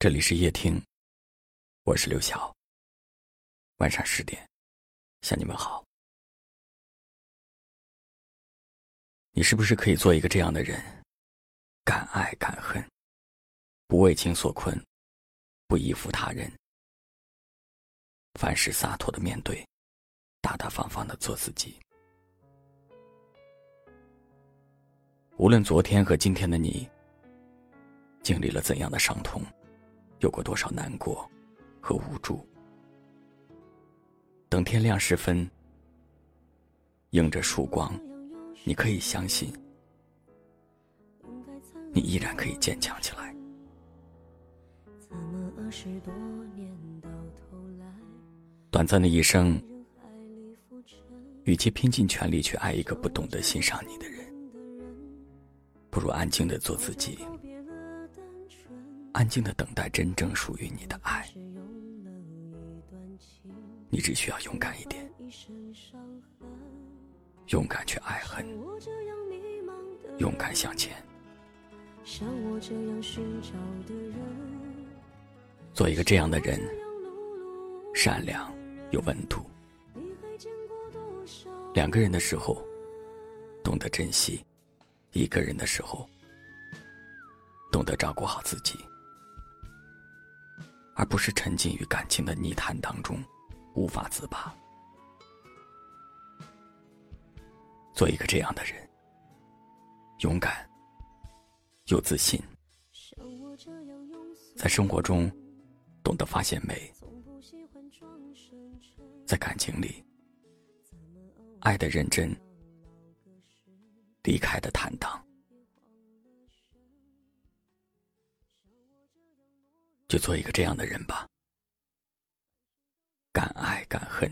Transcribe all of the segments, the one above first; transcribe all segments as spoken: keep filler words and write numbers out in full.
这里是夜听，我是刘晓。晚上十点，向你们好。你是不是可以做一个这样的人，敢爱敢恨，不为情所困，不依附他人，凡事洒脱的面对，大大方方的做自己。无论昨天和今天的你经历了怎样的伤痛，有过多少难过和无助，等天亮时分，迎着曙光，你可以相信，你依然可以坚强起来。短暂的一生，与其拼尽全力去爱一个不懂得欣赏你的人，不如安静地做自己，安静地等待真正属于你的爱。你只需要勇敢一点，勇敢去爱恨，勇敢向前，做一个这样的人，善良有温度。两个人的时候懂得珍惜，一个人的时候懂得照顾好自己，而不是沉浸于感情的泥潭当中无法自拔。做一个这样的人，勇敢又自信，在生活中懂得发现美，在感情里爱的认真，离开的坦荡。就做一个这样的人吧，敢爱敢恨，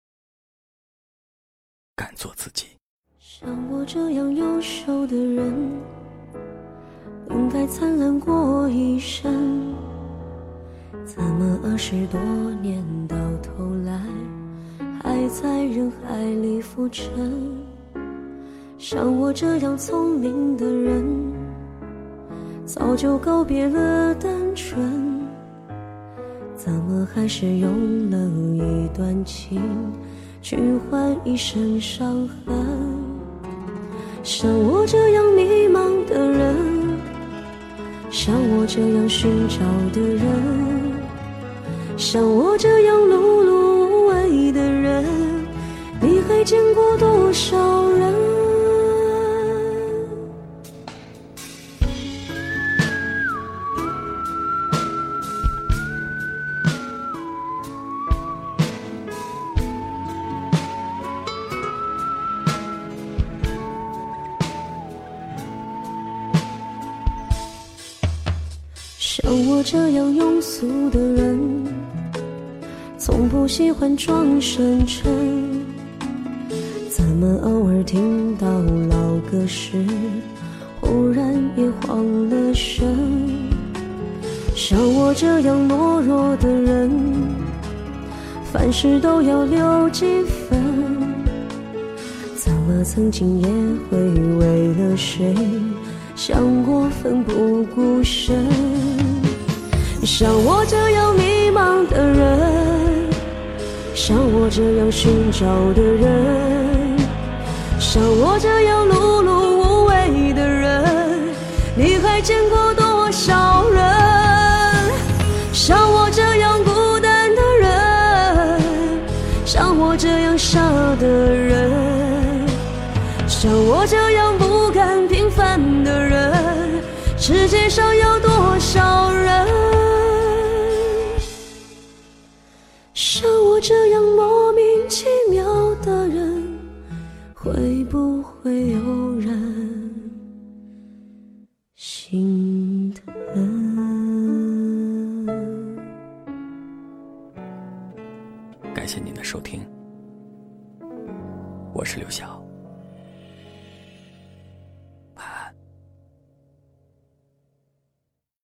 敢做自己。 像我这样优秀的人，应该灿烂过一生，怎么二十多年到头来还在人海里浮沉？像我这样聪明的人，早就告别了单纯，怎么还是用了一段情去换一身伤痕？像我这样迷茫的人，像我这样寻找的人，像我这样碌碌无为的人，你还见过多少人？像我这样庸俗的人，从不喜欢装深沉，怎么偶尔听到老歌时，忽然也慌了神？像我这样懦弱的人，凡事都要留几分，怎么曾经也会为了谁想过奋不顾身？像我这样迷茫的人，像我这样寻找的人，像我这样碌碌无为的人，你还见过多少人？像我这样孤单的人，像我这样傻的人，像我这样不甘平凡的人，世界上有多少人？像我这样莫名其妙的人，会不会有人心疼？ 感谢您的收听，我是刘晓。